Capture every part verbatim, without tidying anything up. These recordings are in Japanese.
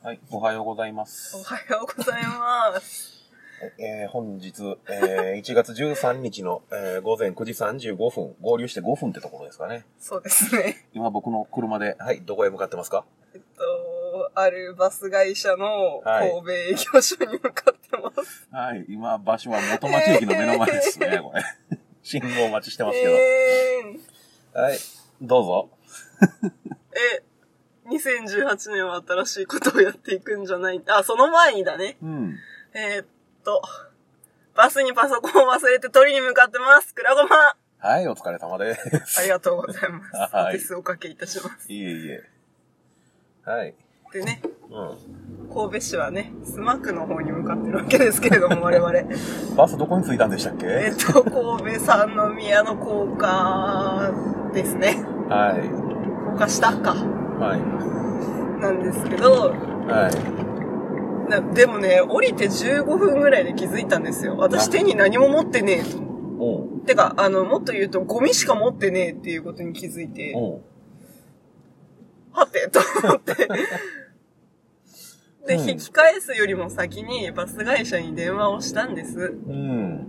はい、おはようございます。 おはようございます。 えー、本日、えー、いちがつじゅうさんにちの、えー、午前くじさんじゅうごふん、合流してごふんってところですかね。 そうですね。 今僕の車で、はい、どこへ向かってますか？ えっと、あるバス会社の神戸営業所に向かってます。 はい、今場所は元町駅の目の前ですね、これ。信号待ちしてますけど。 えー、はい、どうぞ。 え、にせんじゅうはちねんは新しいことをやっていくんじゃない。あ、その前にだね。 うん。 えー、っと、バスにパソコンを忘れて取りに向かってます。くらごま。 はい、お疲れ様です。 ありがとうございます。 はい。 お手数おかけいたします。 いえいえ。はい。 でね、 うん、 神戸市はね、スマ区の方に向かってるわけですけれども、我々。 バスどこに着いたんでしたっけ？ えっと、神戸三宮の高架ですね。 はい。 高架下か。 はい。 なんですけど、 はい。 なでもね、降りてじゅうごふんぐらいで気づいたんですよ。私手に何も持ってねえと。 おう。 てか、あの、もっと言うとゴミしか持ってねえっていうことに気づいて、 おう。 はて、と思って。で、 うん、 引き返すよりも先にバス会社に電話をしたんです。 うん。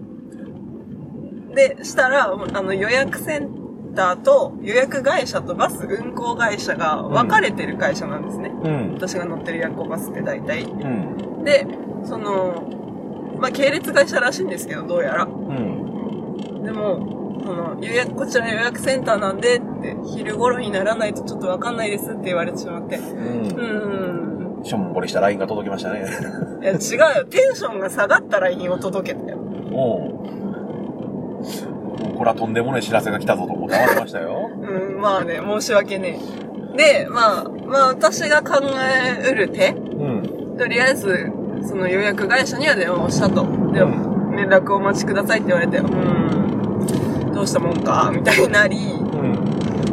で、したら、あの予約センターと予約会社とバス運行会社が分かれてる会社なんですね。 うん、 私が乗ってる夜行バスって大体。 うん、 で、その、まあ、系列会社らしいんですけど、どうやら。うん、でも、その予約、こちら予約センターなんでって、昼頃にならないとちょっと分かんないですって言われてしまって。うん。 うん。しょんぼりした ライン が届きましたね。 いや、違うよ。テンションが下がった ライン を届けたよ。 おう。これはとんでもない知らせが来たぞと思って慌てましたよ。 うん、まあね、申し訳ねえ。で、まあ、まあ私が考えうる手、うん、とりあえず、その予約会社には電話をしたと。で、うん、連絡をお待ちくださいって言われて、うーん、どうしたもんか、みたいになり、うん、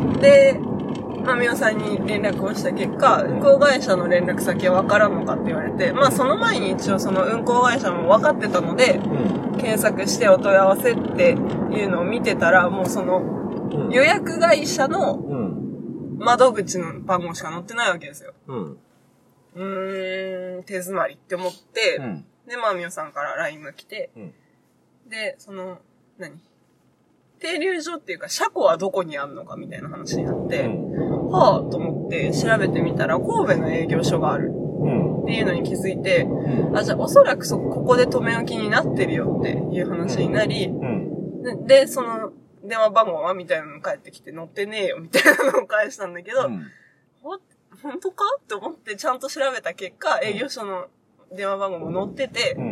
で、まあ皆さんに連絡をした結果、運行会社の連絡先は分からんのかって言われて、まあその前に一応その運行会社も分かってたので、うん、検索してお問い合わせっていうのを見てたら、もうその予約会社の窓口の番号しか載ってないわけですよ。うん。うーん、手詰まりって思って、うん、で、まあ皆さんから ライン が来て、うん、で、その、何停留所っていうか車庫はどこにあんのかみたいな話になって、うん、はぁと思って調べてみたら神戸の営業所があるっていうのに気づいて、うん、あ、じゃあおそらくそここで止め置きになってるよっていう話になり、うん、で、その電話番号はみたいなの返ってきて載ってねえよみたいなのを返したんだけど、うん、ほ、本当かって思ってちゃんと調べた結果、営業所の電話番号も載ってて、うん、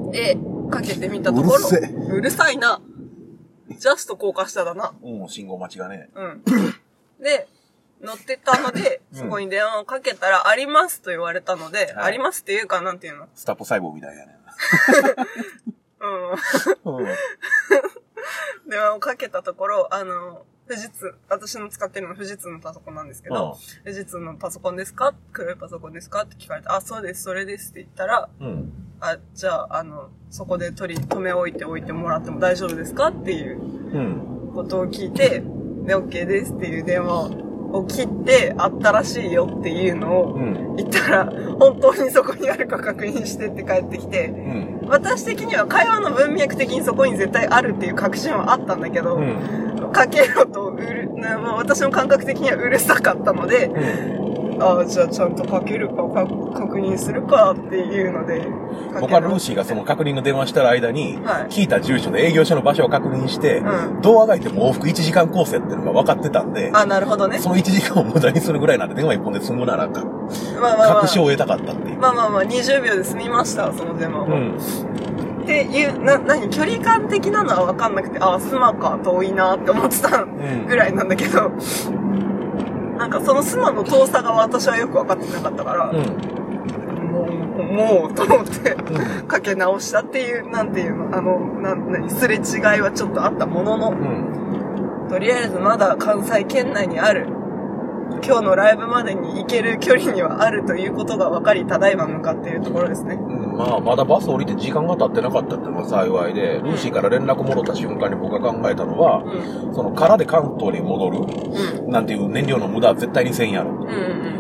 で、かけてみたところ、うる, うるさいな。ジャスト高架下だな。 うん、信号待ちがね。 うん。で、乗ってたので、そこに電話をかけたら、ありますと言われたので、うん、ありますっていうか、なんていうのスタポ細胞みたいやね。 うん。うん、電話をかけたところ、あの、富士通、私の使ってるのは富士通のパソコンなんですけど、うん、富士通のパソコンですか？黒いパソコンですかって聞かれて、あ、そうです、それですって言ったら、うん、あ、じゃあ、あの、そこで取り、止め置いておいてもらっても大丈夫ですかっていうことを聞いて、うん、で、OK ですっていう電話を切って、あったらしいよっていうのを言ったら、うん、本当にそこにあるか確認してって帰ってきて、うん、私的には会話の文脈的にそこに絶対あるっていう確信はあったんだけど、うん、かけろとうる、まあ、私の感覚的にはうるさかったので、うん、ああ、じゃあちゃんとかけるかか確認するかっていうので、 他のルーシーがその確認の電話してる間に、はい、聞いた住所で営業所の場所を確認して、うん、どうあがいても往復いちじかん構成っていうのが分かってたんで、 あ、なるほどね。 そのいちじかんを無駄にするぐらいなんで電話一本で済むならか、まあまあまあ、確証を得たかったっていう。 まあまあまあ、にじゅうびょうで済みました、その電話も。うんっていう、な、なに、距離感的なのは分かんなくて、ああ、スマか、遠いなって思ってたぐらいなんだけど、うん、なんかそのスマの遠さが私はよく分かってなかったから、うん、もう、もう、と思って、うん、かけ直したっていう、なんていうの、あの、な、なに、すれ違いはちょっとあったものの、うん、とりあえずまだ関西圏内にある、今日のライブまでに行ける距離にはあるということが分かり、ただいま向かっているところですね。 うん、まあ、まだバス降りて時間が経ってなかったっていうのが幸いで、ルーシーから連絡戻った瞬間に僕が考えたのは、うん、その空で関東に戻る、うん、なんていう燃料の無駄は絶対にせんやろ。うんうん、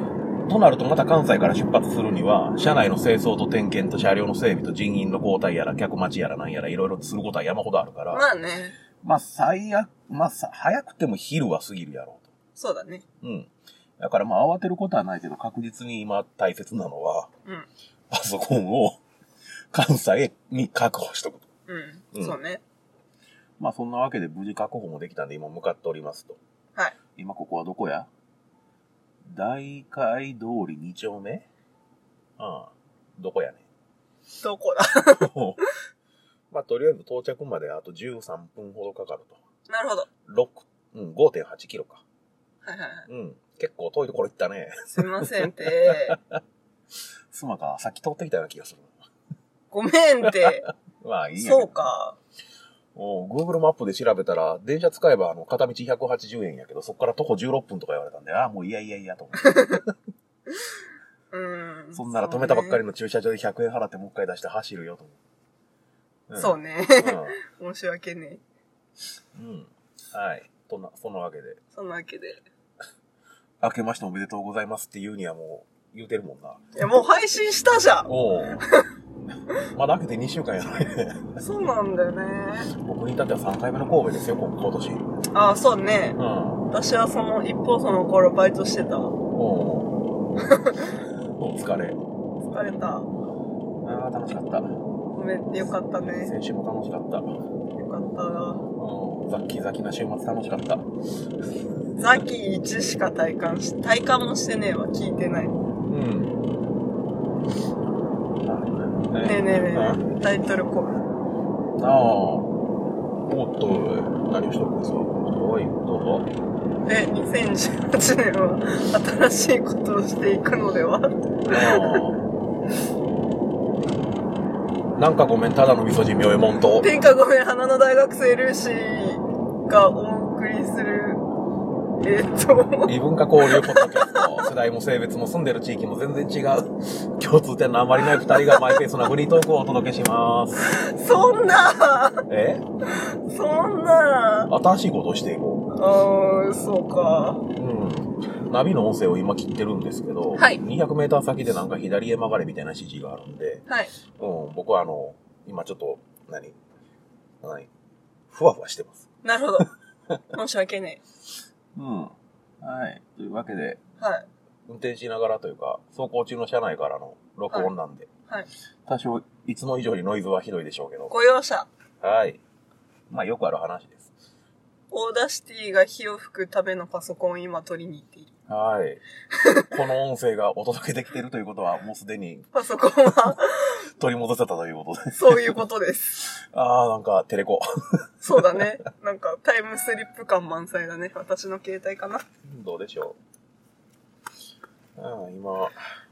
となるとまた関西から出発するには、車内の清掃と点検と車両の整備と人員の交代やら、客待ちやらなんやら、いろいろすることは山ほどあるから。 まあね。 まあ、最悪、まあ、早くても昼は過ぎるやろうと。 そうだね。 うん。だからまあ、慌てることはないけど、確実に今大切なのは、うん。パソコンを関西に確保しとくと。 うん。うん、そうね。 まあ、そんなわけで無事確保もできたんで、今向かっておりますと。 はい。 今ここはどこや？大街通りに丁目？ああ、どこやね。 どこだまあ、とりあえず到着まであとじゅうさんぷんほどかかると。 なるほど。 ろく、うん、ごてんはちキロか。 はいはいはい。 うん。結構遠いところ行ったね。 すいませんて。 すまか、さっき通ってきたような気がする。 ごめんて。 まあいいや。 そうか。 お Google マップで調べたら、電車使えばあの片道ひゃくはちじゅうえんやけど、そこから徒歩じゅうろっぷんとか言われたんで、ああ、もういやいやいやと思って。うん。そんなら止めたばっかりの駐車場でひゃくえん払ってもう一回出して走るよと思う。うん、そうね。うん、申し訳ねえ。うん。はい。そんな、そんなわけで。 そんなわけで。 明けましておめでとうございますって言うにはもう言うてるもんな。 いや、もう配信したじゃん。 おう。まだ明けてにしゅうかんやのにね。 そうなんだよね。 僕に至ってはさんかいめの神戸ですよ、今年。 ああ、そうね。 うん。 私はその、一方その頃バイトしてた。おお。お疲れ。 疲れた。 ああ、楽しかった。 ごめん、よかったね。 先週も楽しかった。 よかったな。 うん。ザッキーザキな週末楽しかった。 ザキいちしか体感し、体感もしてねえわ、聞いてない。うん。ねえねえねえ、タイトルコール。 ああ。おっと、何をしとるんですか？はい、どうぞ。え、にせんじゅうはちねんは新しいことをしていくのでは？ ああ。なんかごめん、ただの味噌汁妙右衛門と。 天下ごめん、花の大学生ルーシーがお送りする。えー、っと。 異文化交流ポッドキャスト。世代も性別も住んでる地域も全然違う。共通点のあまりない二人がマイペースなフリートークをお届けします。 そんなえそんな新しいことをしていこう。ああ、そうか。 うん。ナビの音声を今切ってるんですけど、はい。にひゃくメーター先でなんか左へ曲がれみたいな指示があるんで、 はい。 うん、僕はあの、今ちょっと、何何ふわふわしてます。 なるほど。申し訳ねえ。 うん。はい。というわけで、 はい。 運転しながらというか、走行中の車内からの録音なんで、 はい。はい、 多少、いつも以上にノイズはひどいでしょうけど。 ご容赦。 はい。まあ、よくある話です。 オーダーシティが火を吹くためのパソコンを今取りに行っている。 はい。この音声がお届けできているということは、もうすでに。 パソコンは取り戻せたということです。 そういうことです。 ああ、なんか、テレコ。 そうだね。なんか、タイムスリップ感満載だね。私の携帯かな。 どうでしょう。ああ、今、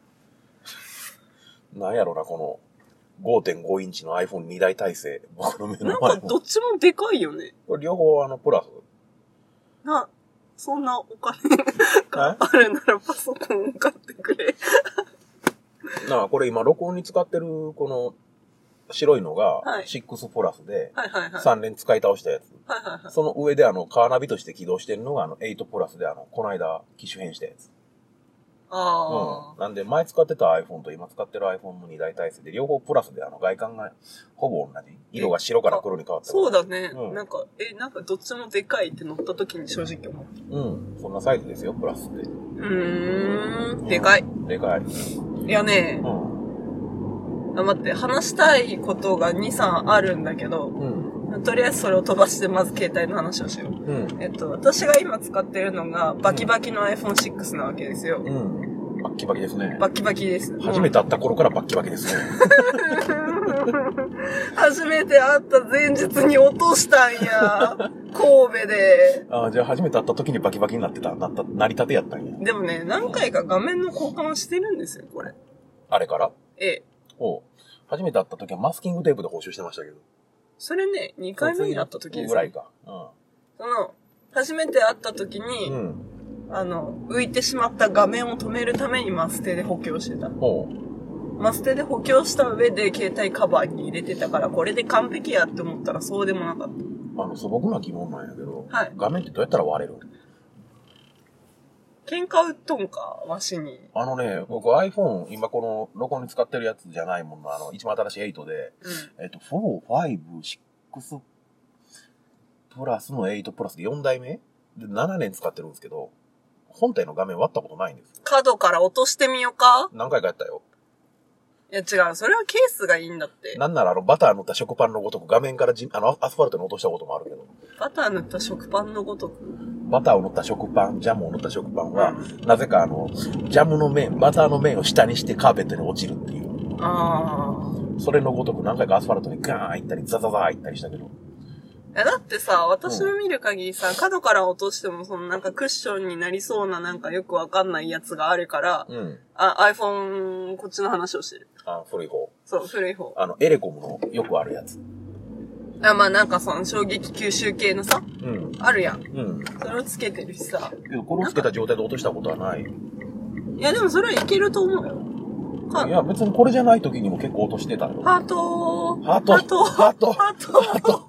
なんやろな、この ごてんご インチの アイフォンに 台体制。僕の目の前なんか、どっちもでかいよね。 これ両方、あの、プラス。 な、そんなお金があるならパソコンを買ってくれ。 なあ、これ今録音に使ってるこの白いのがろくプラスでさん連使い倒したやつ。 はいはいはい、 その上であのカーナビとして起動してるのがあのはちプラスであのこの間機種変したやつ。 ああ、 うん。なんで前使ってた iPhone と今使ってる iPhone のに台体制で両方プラスであの外観がほぼ同じ。色が白から黒に変わった。 そうだね、うん。なんか、え、なんかどっちもでかいって乗った時に正直思った。 うん。そんなサイズですよ、プラスって。うーん。でかい。うん、 でかい。 いやね、うん。あ、待って、話したいことがに、さんあるんだけど、うん、とりあえずそれを飛ばしてまず携帯の話をしよう。うん、えっと、私が今使ってるのがバキバキの アイフォンシックス なわけですよ。うん。 バッキバキですね。 バッキバキです。 初めて会った頃からバッキバキですね。 初めて会った前日に落としたんや。神戸で。 ああ、じゃあ初めて会った時にバキバキになってた、なった、成り立てやったんや。 でもね、何回か画面の交換をしてるんですよ、これ。 あれから？ ええ。 おう。初めて会った時はマスキングテープで補修してましたけど。 それね、にかいめに会った時です、ね。 ぐらいか。うん。 その、初めて会った時に、うん、あの、浮いてしまった画面を止めるためにマステで補強してた。 おう。 マステで補強した上で携帯カバーに入れてたから、これで完璧やって思ったらそうでもなかった。 あの、素朴な疑問なんやけど、 はい。 画面ってどうやったら割れる？ 喧嘩売っとんか、わしに。 あのね、僕 iPhone、今この録音に使ってるやつじゃないもの、あの、一番新しいエイトで、うん、えっと、よん、ご、ろくプラスのエイトプラスでよん代目でななねん使ってるんですけど、本体の画面割ったことないんですよ。 角から落としてみようか？ 何回かやったよ。 いや違う、それはケースがいいんだって。 なんならあの、バター塗った食パンのごとく画面からじあの、アスファルトに落としたこともあるけど。 バター塗った食パンのごとくバターを塗った食パン、ジャムを塗った食パンは、うん、なぜかあの、ジャムの面、バターの面を下にしてカーペットに落ちるっていう。ああ。それのごとく何回かアスファルトにガーン行ったり、ザザザー行ったりしたけど。 いやだってさ、私の見る限りさ、うん、角から落としてもそのなんかクッションになりそうななんかよくわかんないやつがあるから、うん、あ、iPhone、こっちの話をしてる。 あ、古い方。 そう、古い方。 あの、エレコムのよくあるやつ。 あ、まあなんかその衝撃吸収系のさ、うん、あるやん。うん。それをつけてるしさ。 けど、これをつけた状態で落としたことはない。 いやでもそれはいけると思うよ。 いや、別にこれじゃない時にも結構落としてたよ。 ハートー。ハート。 ハート。 ハート。 ハート。 ハート。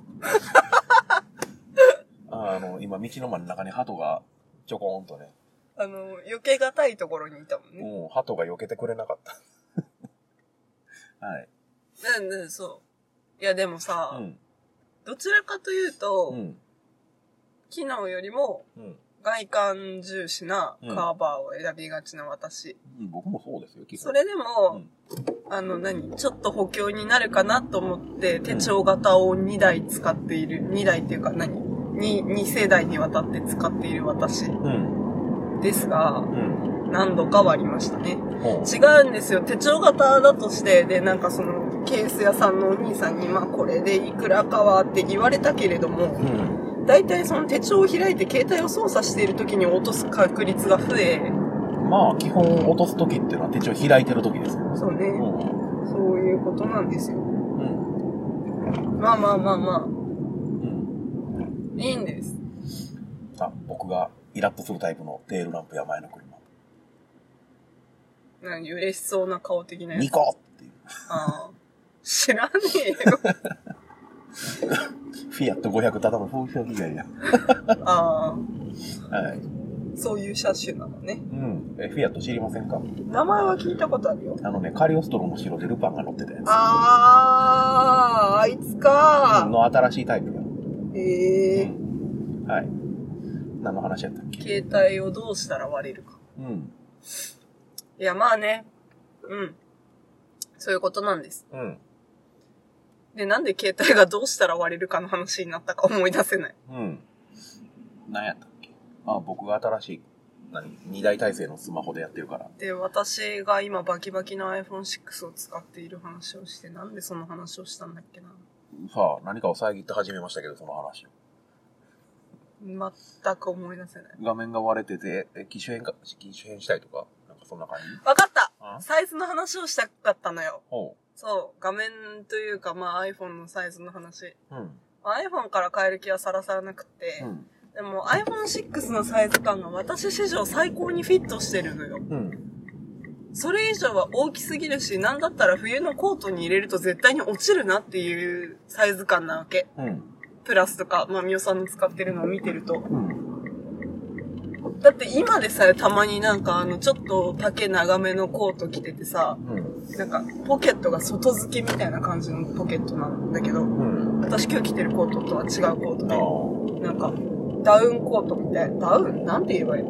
あの、今、道の真ん中に鳩がちょこーんとね。 あの、避けがたいところにいたもんね。 うん、鳩が避けてくれなかった。はい。 なんで、そう。いや、でもさ、うん、どちらかというと、うん、機能よりも、うん外観重視なカーバーを選びがちな私。 うん、僕もそうですよ、基本。 それでも、うん、あの何、ちょっと補強になるかなと思って手帳型をにだい使っている、にだいっていうか何 2, 2世代にわたって使っている私。うん、ですが、うん、何度かはありましたね。違うんですよ。手帳型だとして、で、なんかその、ケース屋さんのお兄さんに、まあこれでいくらかはって言われたけれども、うん大体その手帳を開いて携帯を操作している時に落とす確率が増え。 まあ、基本落とす時っていうのは手帳開いてる時ですよね。 そうね、うん。そういうことなんですよ。うん。まあまあまあまあ。うん。いいんです。 あ、僕がイラッとするタイプのテールランプや前の車。 何嬉しそうな顔的なやつ。 ニコっていう。 ああ。知らねえよ。 フィアットごひゃくただの風評被害や。 ああ。 はい。 そういう車種なのね。 うん。え、フィアット知りませんか？ 名前は聞いたことあるよ。 あのね、カリオストロの城でルパンが乗ってたやつ。 ああ、あいつかー。 の新しいタイプや。 へえーうん。はい。何の話やったっけ？ 携帯をどうしたら割れるか。うん。いや、まあね。うん。そういうことなんです。うん。で、なんで携帯がどうしたら割れるかの話になったか思い出せない。 うん。何やったっけ？あ、僕が新しい、何？にだい体制のスマホでやってるから。 で、私が今バキバキの アイフォンシックス を使っている話をして、なんでその話をしたんだっけな。 さあ、何かを遮って始めましたけど、その話を。 全く思い出せない。 画面が割れてて、え、機種変か、機種変したいとか、なんかそんな感じ？ わかった！サイズの話をしたかったのよ。 ほう。 そう、画面というか、まあ iPhone のサイズの話。うん。iPhone から変える気はさらさらなくて、うん、でも アイフォンシックス のサイズ感が私史上最高にフィットしてるのよ。うん。それ以上は大きすぎるし、なんだったら冬のコートに入れると絶対に落ちるなっていうサイズ感なわけ。うん。プラスとか、まあ、みおさんの使ってるのを見てると。うん。だって今でさえたまになんかあのちょっと丈長めのコート着ててさ、うん、なんかポケットが外付けみたいな感じのポケットなんだけど、うん、私今日着てるコートとは違うコートで、なんかダウンコートみたいな、ダウンなんて言えばいいの、うん、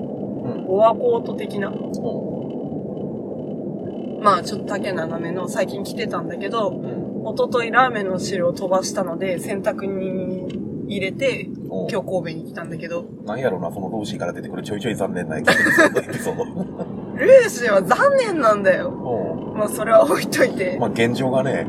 オアコート的な、うん、まあちょっと丈長めの最近着てたんだけど、うん、一昨日ラーメンの汁を飛ばしたので洗濯に入れて、今日神戸に来たんだけど。 なんやろな、そのルーシーから出てくるちょいちょい残念なエピソード。 ルーシーは残念なんだよ。まあそれは置いといて。 まあ現状がね。 うん。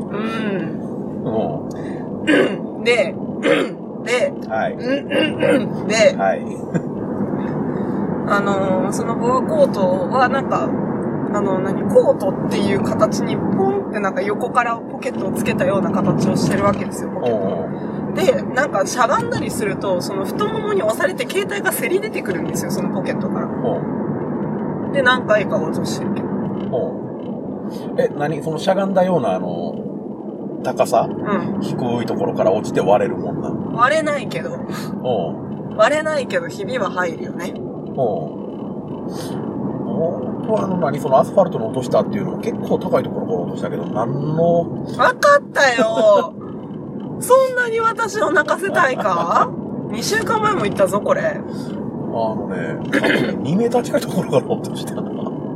で、で、 はい。 で、 はい。 あのー、そのボアコートはなんか、あの、何、コートっていう形にポンってなんか横からポケットをつけたような形をしてるわけですよ、ポケット。で、なんかしゃがんだりすると、その太ももに押されて携帯がせり出てくるんですよ、そのポケットから。で、何回か落としてるけど。 え、何そのしゃがんだようなあの、高さ、うん、低いところから落ちて割れるもんな。 割れないけど。割れないけど、ひびは入るよね。 僕はあの何、そのアスファルトの落としたっていうのも結構高いところから落としたけど、何の。 わかったよそんなに私を泣かせたいか ?に 週間前も言ったぞ、これ。あのね、にメーター近いところから落としたな。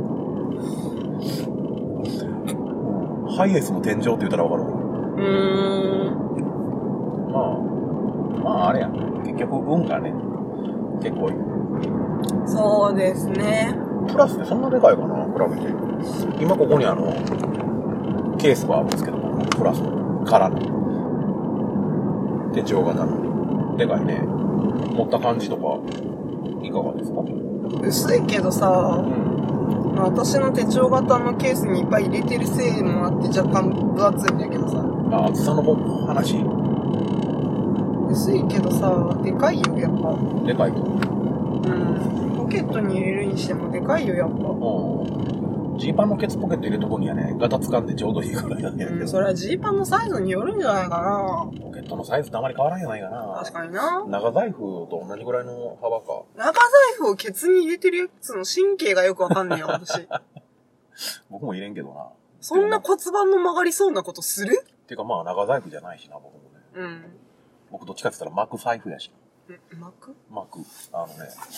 ハイエースの天井って言ったらわかる。うーん。まあ、まああれや。結局運がね、結構いい。 そうですね。 プラスでそんなでかいかな、比べて。今ここにあの、ケースがあるんですけども、プラスからの。手帳型の。でかいね。持った感じとか、いかがですか？ 薄いけどさ、うん、私の手帳型のケースにいっぱい入れてるせいもあって若干分厚いんだけどさ。 あ、厚さの話？ 薄いけどさ、でかいよ、やっぱ。 でかいと。 うん。ポケットに入れるにしてもでかいよ、やっぱ。うん。 ジーパンのケツポケット入れるとこにはね、ガタ掴んでちょうどいいぐらいなんだけど。 うん、それはジーパンのサイズによるんじゃないかな。 ポケットのサイズってあまり変わらんじゃないかな。 確かにな。 長財布と同じぐらいの幅か。 長財布をケツに入れてるやつの神経がよくわかんねえよ、私。 僕も入れんけどな。 そんな骨盤の曲がりそうなことする？ てかまあ長財布じゃないしな、僕もね。うん。僕どっちかって言ったら巻く財布やし。 え、巻く？ 巻く。あのね。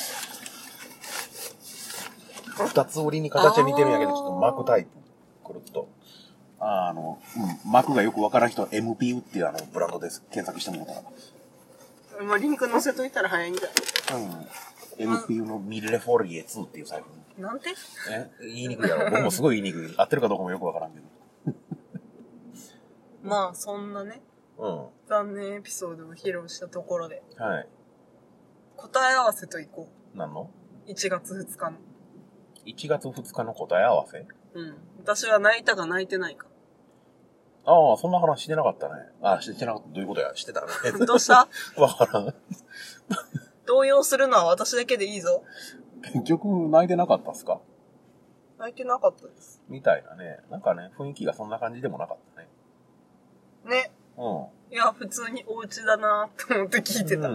二つ折りに形は似てるんやけど、ちょっと巻くタイプ。くるっと。あの、うん、巻くがよくわからん人は エムピーユー っていうあのブランドです。検索してもらったら。まあ、リンク載せといたら早いんだよ。 うん。エムピーユー のミレフォリエツーっていう財布。なんて？ え言いにくいやろ。僕もすごい言いにくい。合ってるかどうかもよくわからんけど。 まあ、そんなね。うん。残念エピソードを披露したところで。はい。答え合わせといこう。何の？ いちがつふつかの。 いちがつふつかの答え合わせ？ うん。私は泣いたか泣いてないか。 ああ、そんな話してなかったね。ああ、してなかった。どういうことや？してたね。 どうした？ わからん。 動揺するのは私だけでいいぞ。 結局、泣いてなかったっすか？ 泣いてなかったです。 みたいなね。なんかね、雰囲気がそんな感じでもなかったね。 ね。うん。いや、普通にお家だなーって思って聞いてた。うん、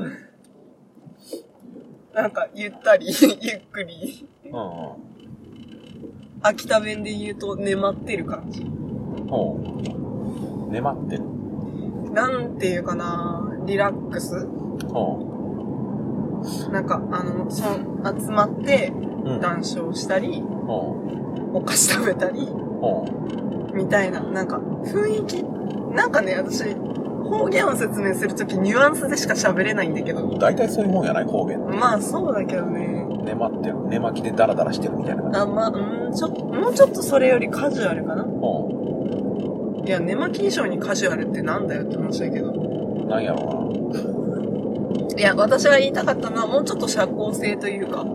なんか、ゆったり、ゆっくり。うんうん。秋田弁で言うと、眠ってる感じ。 ほう。眠ってる。 なんていうかな、リラックス？ほう。なんか、あの、その、集まって、談笑したり、うん、お菓子食べたり、ほう。みたいな、なんか、雰囲気。なんかね、私、方言を説明するときニュアンスでしか喋れないんだけど。 大体そういうもんやない、方言。 まあ、そうだけどね。 寝まってる。寝巻きでダラダラしてるみたいな感じ。 あ、まあ、うん、ちょっと、もうちょっとそれよりカジュアルかな。うん。いや、寝巻き以上にカジュアルってなんだよって話だけど。 なんやろうな。いや、私が言いたかったのは、もうちょっと社交性というか、うん、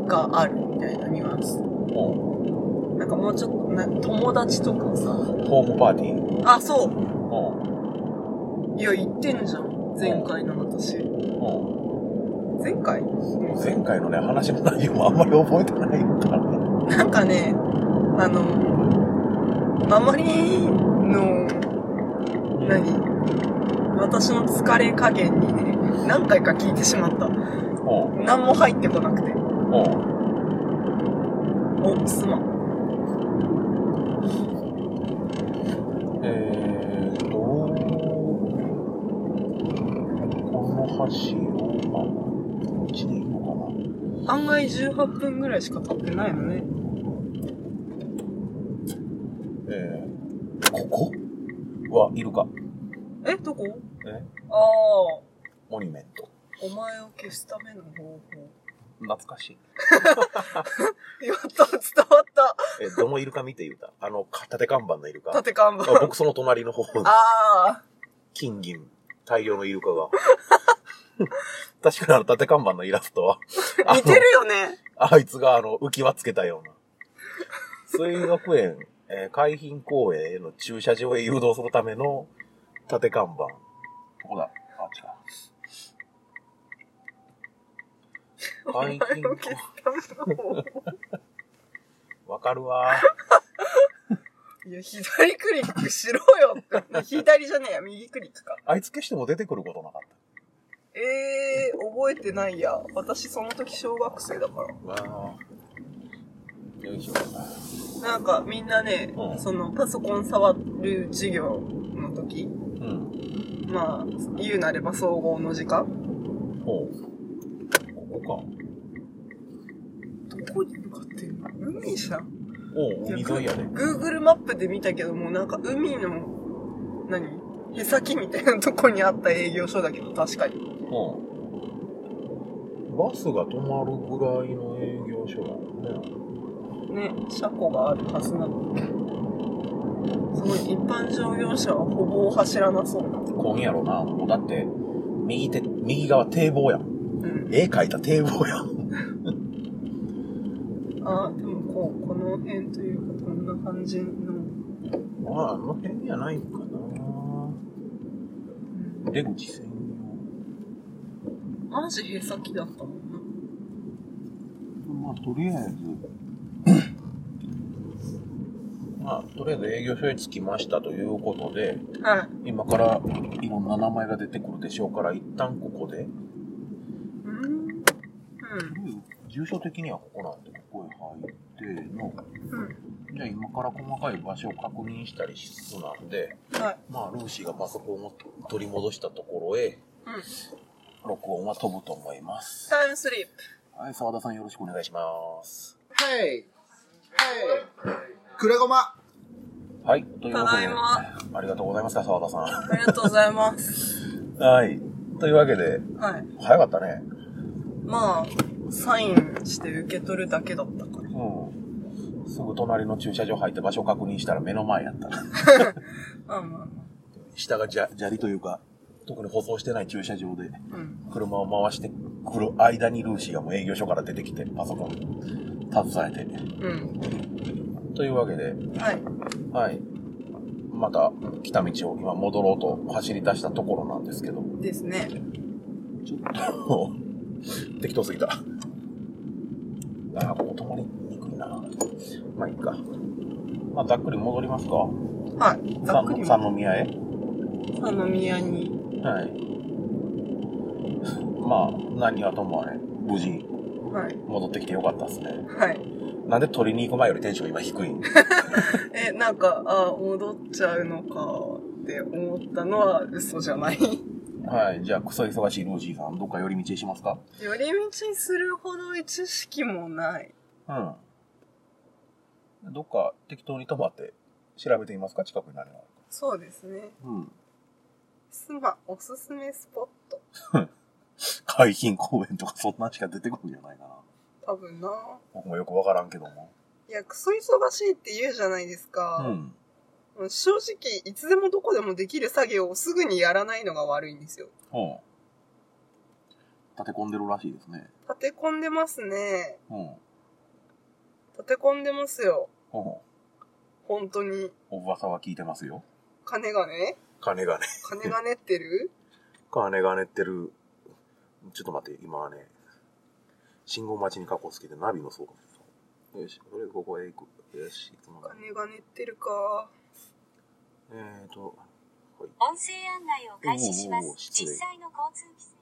があるみたいなニュアンス。うん。なんかもうちょっと、な友達とかさ。 ホームパーティー？ あ、そう。うん。いや、言ってんじゃん。前回の私。うん。前回？ 前回のね、話の内容もあんまり覚えてないんだ。 なんかね、あの、あまりの、何？私の疲れ加減にね、何回か聞いてしまった。何も入ってこなくて。お、すまん。 えーと、この橋を、あ、いちでいいのかな。案外じゅうはっぷんぐらいしか経ってないのね。 えー、ここはいるか。 え、どこ？ えああ。 モニュメント。 お前を消すための方法。 懐かしい。 やっと伝わった。 え、どのイルカ見て言うた？あの、縦看板のイルカ。 縦看板。 あ、僕その隣の方。 ああ。 金銀、大量のイルカが。確かにあの縦看板のイラストは。 似てるよね。 あいつがあの、浮き輪つけたような。水学園、えー、海浜公園への駐車場へ誘導するための縦看板。ここだ。あ、違う。海浜公園。わかるわ。 いや、左クリックしろよって。左じゃねえや、右クリックか。 あいつ消しても出てくることなかった。 ええー、覚えてないや。私その時小学生だから。 わ大丈夫。 なんかみんなね、うん、そのパソコン触る授業の時、うん、まあ言うなれば総合の時間。 ほう。ここか。 どこに向かってんの？海じゃん。 おう、海沿いやね。 Google マップで見たけども、なんか海の何？へさきみたいなとこにあった営業所だけど確かに。うん。 バスが止まるぐらいの営業所だよね。ね、車庫があるはずなの。すごい一般乗用車はほぼ走らなそうな。 今やろな。もうだって右手右側堤防やん。うん、絵描いた堤防やん。 あ、でもこうこの辺というかこんな感じの。 ああ、あの辺じゃないのかな。うん、出口専用。 マジへさきだったもんな。まあとりあえず。まあ、とりあえず営業所へ着きましたということで、はい、今からいろんな名前が出てくるでしょうから、一旦ここで、うん、うん、住所的にはここなんで、ここへ入っての、うん、じゃあ今から細かい場所を確認したりしつつなんで、はい、まあルーシーがパソコンを取り戻したところへ、うん、録音は飛ぶと思います。 タイムスリープ。はい、澤田さんよろしくお願いしますす。 はい。はい。くらごま。 はい。というわけで、 ただいま。 ありがとうございました、澤田さん。 ありがとうございます。 はい。というわけで、はい。早かったね。 まあ、サインして受け取るだけだったから。 うん。すぐ隣の駐車場入って場所確認したら目の前やった。まあまあまあ。下が砂利というか、特に舗装してない駐車場で、うん、車を回してくる間にルーシーがもう営業所から出てきて、パソコン携えて。うん。というわけで、はい。はい。また来た道を今戻ろうと走り出したところなんですけど。 ですね。 ちょっと、適当すぎた。ああ、ここ止まりにくいな。まあいいか。まあざっくり戻りますか。 はい。ざっくり。 三宮へ。 三宮に。 はい。まあ、何はともあれ、無事、戻ってきてよかったですね。はい。なんで取りに行く前よりテンション今低いんえ、なんか、あ、戻っちゃうのかって思ったのは嘘じゃないはい。じゃあ、クソ忙しいルーシーさん、どっか寄り道しますか？ 寄り道するほど知識もない。うん。 どっか適当に止まって調べてみますか？近くに何があるか。 そうですね。うん。スマ、おすすめスポット。 海浜公園とかそんなんしか出てくるんじゃないかな。 多分な。 僕もよくわからんけども。 いや、クソ忙しいって言うじゃないですか。うん。正直、いつでもどこでもできる作業をすぐにやらないのが悪いんですよ。うん。 立て込んでるらしいですね。 立て込んでますね。うん。立て込んでますよ。うん。本当に。 お噂は聞いてますよ。 金がね。 金がね。 金がねってる金がねってる。ちょっと待って、今はね、信号待ちにカッコつけてナビのそうだ。よし、とりあえずここへ行く。よし、いつも金がねってるか。 えーと、はい、 音声案内を開始します。実際の交通規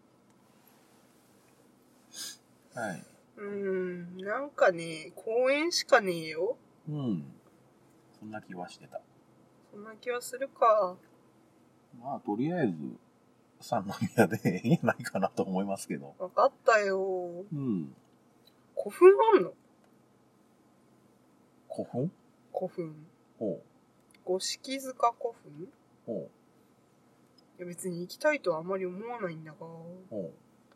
制。はい。 うーん、なんかね、公園しかねえよ。 うん。そんな気はしてた。 そんな気はするか。 まあ、とりあえず、三宮でいいんじゃないかなと思いますけど。 わかったよ。うん。古墳あんの？ 古墳？ 古墳。ほう。五色塚古墳？ほう。いや別に行きたいとはあまり思わないんだが。ほう。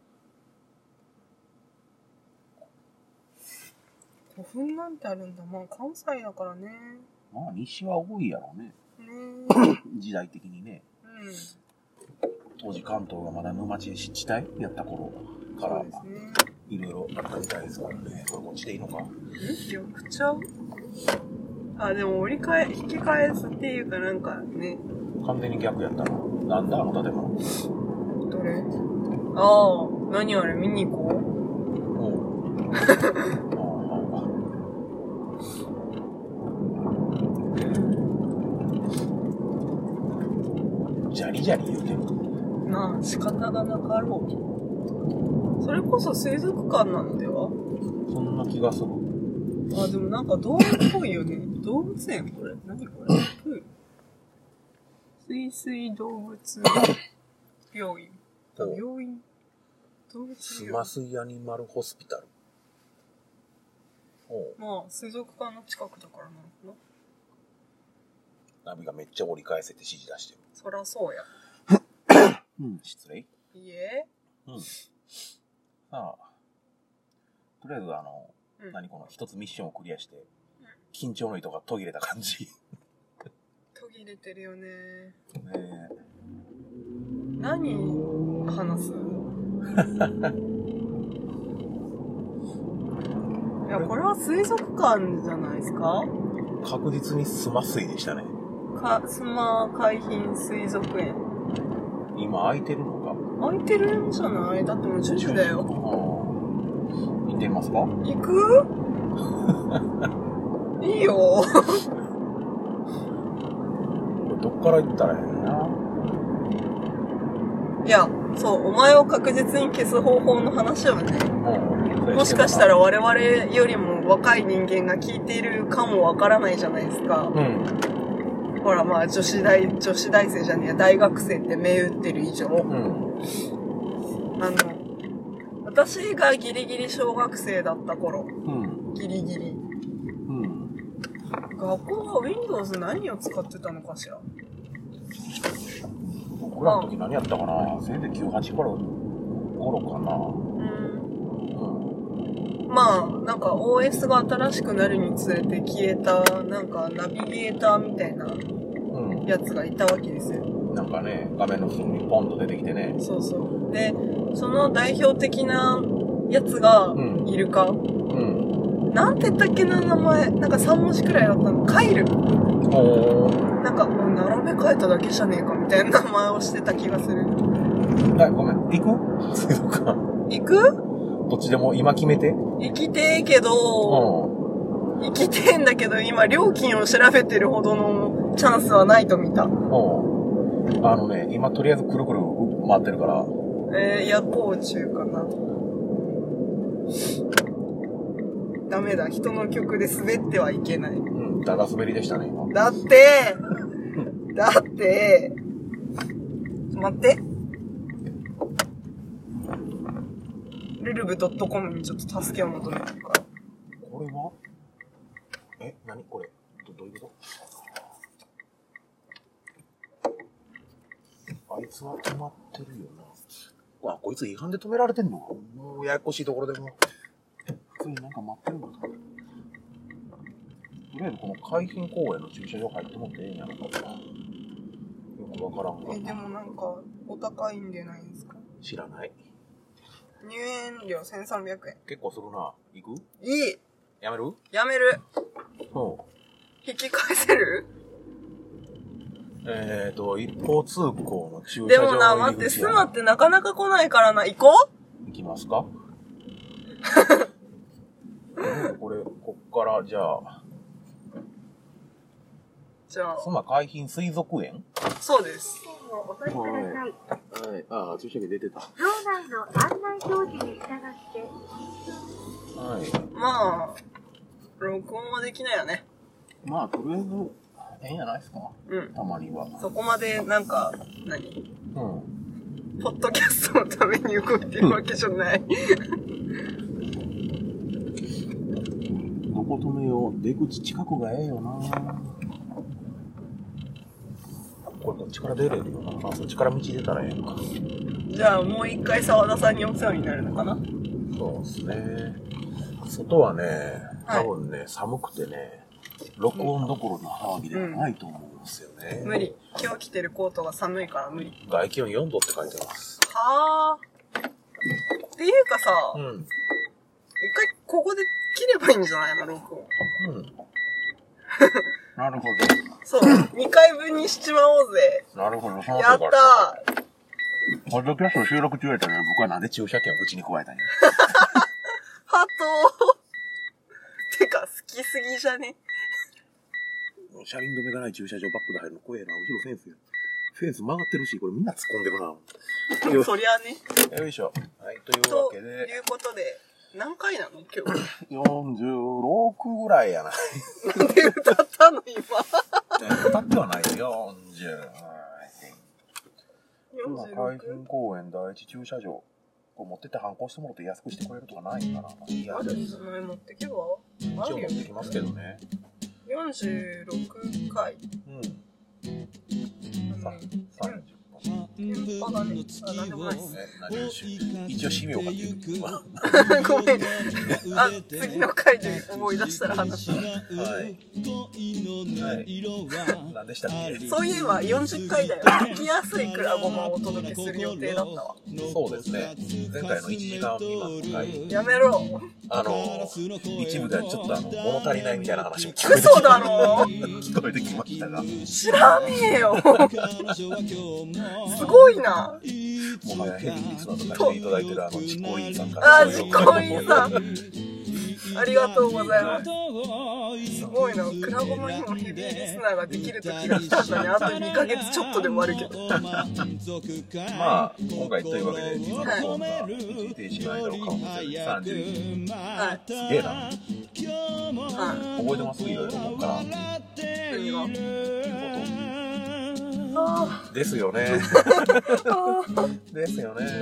古墳なんてあるんだ。まあ関西だからね。 まあ西は多いやろうね。ね時代的にね。うん。当時関東がまだ沼地湿地帯やった頃から、いろいろあったみたいですからね。これこっちでいいのか。 え緑茶？あ、でも折り返、引き返すっていうかなんかね。 完全に逆やったな。なんだあの建物。 どれ？ああ、何あれ見に行こう。うん。 ジャリジャリ言うてる。 まあ仕方がなかろう。それこそ水族館なのでは？ そんな気がする。 あ、でもなんか動物っぽいよね。動物園これ。何これ。プール。水水動物病院。病院動物スマスイアニマルホスピタル。 まあ、水族館の近くだからなのかな。ナビがめっちゃ折り返せて指示出してる。 そらそうや。 うん、失礼。 いいえ。 うん。さあ、とりあえずあの、うん、何この一つミッションをクリアして、緊張の糸が途切れた感じ。 途切れてるよね。ねえ。 何話すいや、これは水族館じゃないですか？ 確実にスマ水でしたね。 か、スマ海浜水族園。 今空いてるのか？ 空いてるんじゃない？だってもうじゅうじだよ。 行ってみますか？ 行く？いいよ。これどっから行ったらいいのな。 いや、そう、お前を確実に消す方法の話はね、うん、もしかしたら我々よりも若い人間が聞いているかもわからないじゃないですか。うん、ほら、まあ、女子大、女子大生じゃねえや、大学生って銘打ってる以上。うん、あの、私がギリギリ小学生だった頃、うん、ギリギリ。うん、学校は Windows 何を使ってたのかしら？ 僕らの時何やったかな？せいぜいきゅうじゅうはち頃かな。 うん。まあ、なんか オーエス が新しくなるにつれて消えた、なんかナビゲーターみたいなやつがいたわけですよ。 うん、なんかね、画面の隅にポンと出てきてね。 そうそう。で、その代表的なやつがイルカ。うん。うん、なんて言ったっけな、名前。なんかさん文字くらいだったの。カイル。おー。なんか、並べ替えただけじゃねえかみたいな名前をしてた気がする。 はい、ごめん。行く？水族館。 行く？ どっちでも今決めて。 行きてーけど、うん、行きてーんだけど、今料金を調べてるほどのチャンスはないと見た。うん。 あのね、今とりあえずくるくる回ってるから。 えー、夜行中かな。ダメだ、人の曲で滑ってはいけない。 うん、だだ滑りでしたね、今。 だってだって、ちょ待って。ルルブ .com にちょっと助けを求めてるから。 これはえ、なにこれど、どういうこと？あいつは止まってるよな。あ、こいつ違反で止められてんの？もうややこしいところでも。普通になんか待ってるのかな。とりあえずこの海浜公園の駐車場入ってもってええんやろかな。よくわからんかな。 え、でもなんかお高いんでないんですか？ 知らない。 入園料せんさんびゃくえん。 結構するな。行く？ いい。 やめる？ やめる。 うん。 引き返せる？ えーと、一方通行の駐車場の入り口。 でもな、待って、スマってなかなか来ないからな。行こう？行きますか？これ、こっから、じゃあ。 じゃあ。 スマ海浜水族園？ そうです。 お取りください。 はい。ああ、駐車機出てた。 場内の案内表示に従って。 はい。 まあ、録音はできないよね。 まあ、とりあえず、ええんじゃないですか？うん。たまには。 そこまで、なんか、何？うん。ポッドキャストのために動いてるわけじゃない。どこ止めよう？出口近くがええよな。これこっちから出れるよな。あ、そっちから道出たらええんか。 じゃあもう一回沢田さんにお世話になるのかな？ そうですね。外はね、多分ね、はい、寒くてね、録音どころの騒ぎではないと思うんですよね。 うん、無理。今日着てるコートが寒いから無理。 外気温よんどって書いてます。 はぁー。っていうかさ、うん、一回ここで切ればいいんじゃないの、録音。うん。なるほど。そう、にかいぶんにしちまおうぜ。 なるほど、そのやったー。 ポッドキャスト収録中やったら、ね、僕はなんで駐車券を口に加えたんや。 ハトー。てか、好きすぎじゃね？ 車輪止めがない駐車場バックで入るの怖えな。後ろフェンスや。フェンス曲がってるし、これみんな突っ込んでるな。 そりゃね。 よいしょ。はい、というわけで。 ということで。 何回なの今日。 よんじゅうろくぐらいやな。 なんで歌ったの今。 歌ってはないよ、よんじゅう。今、海浜公園第一駐車場。こう持ってって反抗してもらって安くしてくれるとかないんかな。いや、 あるじゃない、持ってけば。 一応持ってきますけどね。 よんじゅうろくかい。 うん。さ、さんじゅっぷん。 電波がね、あ、なんでもないです。 一応締めようかっていう。 ごめん。あ、次の回で思い出したら話す。はい。 はい。何でしたっけ？ そういえばよんじゅっかいだよ。聞きやすいクラゴマをお届けする予定だったわ。 そうですね。前回のいちじかん未満の回。 やめろ。 あの、一部ではちょっとあの、物足りないみたいな話も聞こえてき嘘だろ？ 聞こえてきましたが。 知らねえよ。すごいな。 もはやヘビーリスナーとかしていただいてるあの実行委員さんから。 あ、実行委員さん。ありがとうございます。すごいな。クラゴマにもヘビーリスナーができる時が来たんだね。あとにかげつちょっとで終わるけど。 まあ、今回というわけで、実はコーンが一時停止の間を顔もせるさんじゅういち。 はい。 すげえな。 はい。 覚えてます？いろいろ僕から。 何が？ ですよね。ですよね。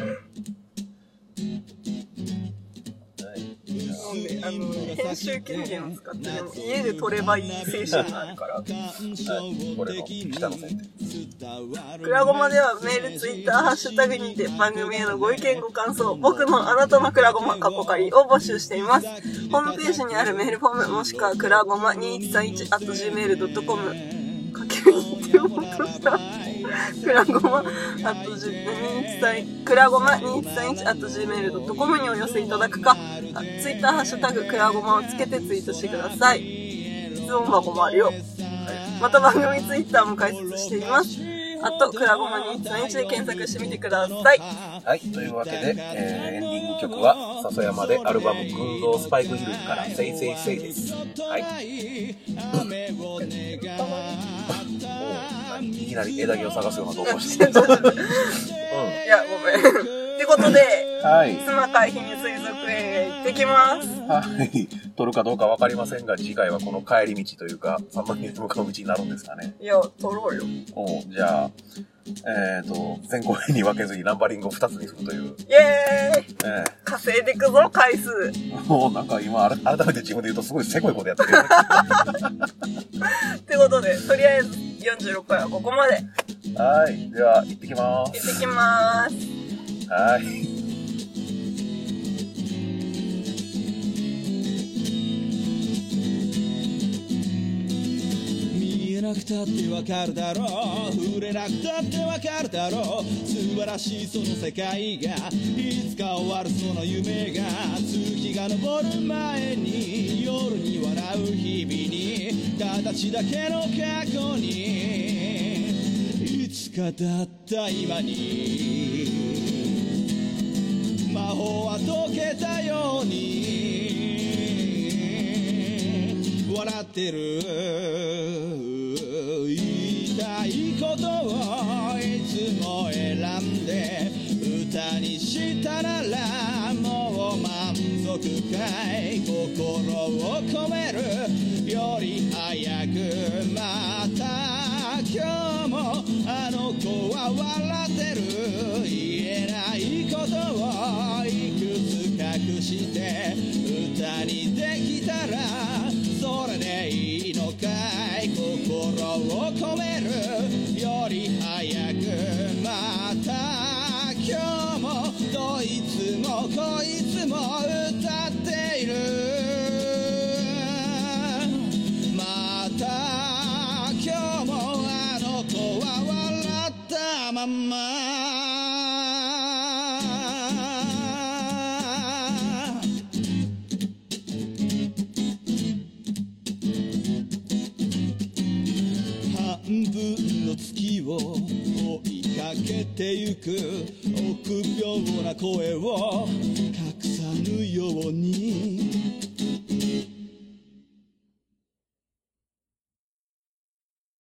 なんで、あの、編集権限を使ってでも家で撮ればいい精神があるから。はい、 これの北の線で。 クラゴマではメール、ツイッター、ハッシュタグにて番組へのご意見ご感想、僕のあなたのクラゴマ過去仮を募集しています。ホームページにあるメールフォームもしくはクラゴマにいちさんいち アットジーメールドットコム かけるにてを落としたクラゴマアットジークラゴマにいちさんいち アットジーメールドットコム にお寄せいただくか、ツイッターハッシュタグクラゴマをつけてツイートしてください。質問箱もあるよ。また番組ツイッターも開設しています。あとクラゴマにいちさんいちで検索してみてください。 はい、というわけで、えー、エンディング曲は笹山でアルバム群像スパイクヒルズからせいせいせいです。はい。いきなり枝毛を探すような投稿して。うん。いや、ごめん。ってことで、 はい。 妻海浜水族園へ行ってきます。 はい。撮るかどうかわかりませんが、次回はこの帰り道というか、三番に向かう道になるんですかね。 いや、撮ろうよ。 おじゃあ、えっ、ー、と、前後編に分けずにナンバリングをふたつにするという。 イェーイ、えー、稼いでいくぞ、回数。 もうなんか今、改めて自分で言うとすごいせこいことやってる、ね。 ってことで、とりあえずよんじゅうろっかいはここまで。 はい。では、行ってきまーす。 行ってきまーす。 はい。 なくたってわかるだろう、触れなくたってわかるだろう、素晴らしいその世界がいつか終わる、その夢が月が昇る前に、夜に笑う日々に、形だけの過去に、いつかだった今に魔法は解けたように笑ってる、言いたいことをいつも選んで歌にしたならもう満足かい、心を込めるより早く、また今日もあの子は笑ってる、言えないことをいくつ隠して歌にできたらそれでいいのかい、心を込めるより早く、また今日もどいつもこいつも歌っている、また今日もあの子は笑ったまんま、半分の月を追いかけてゆく臆病な声を隠さぬように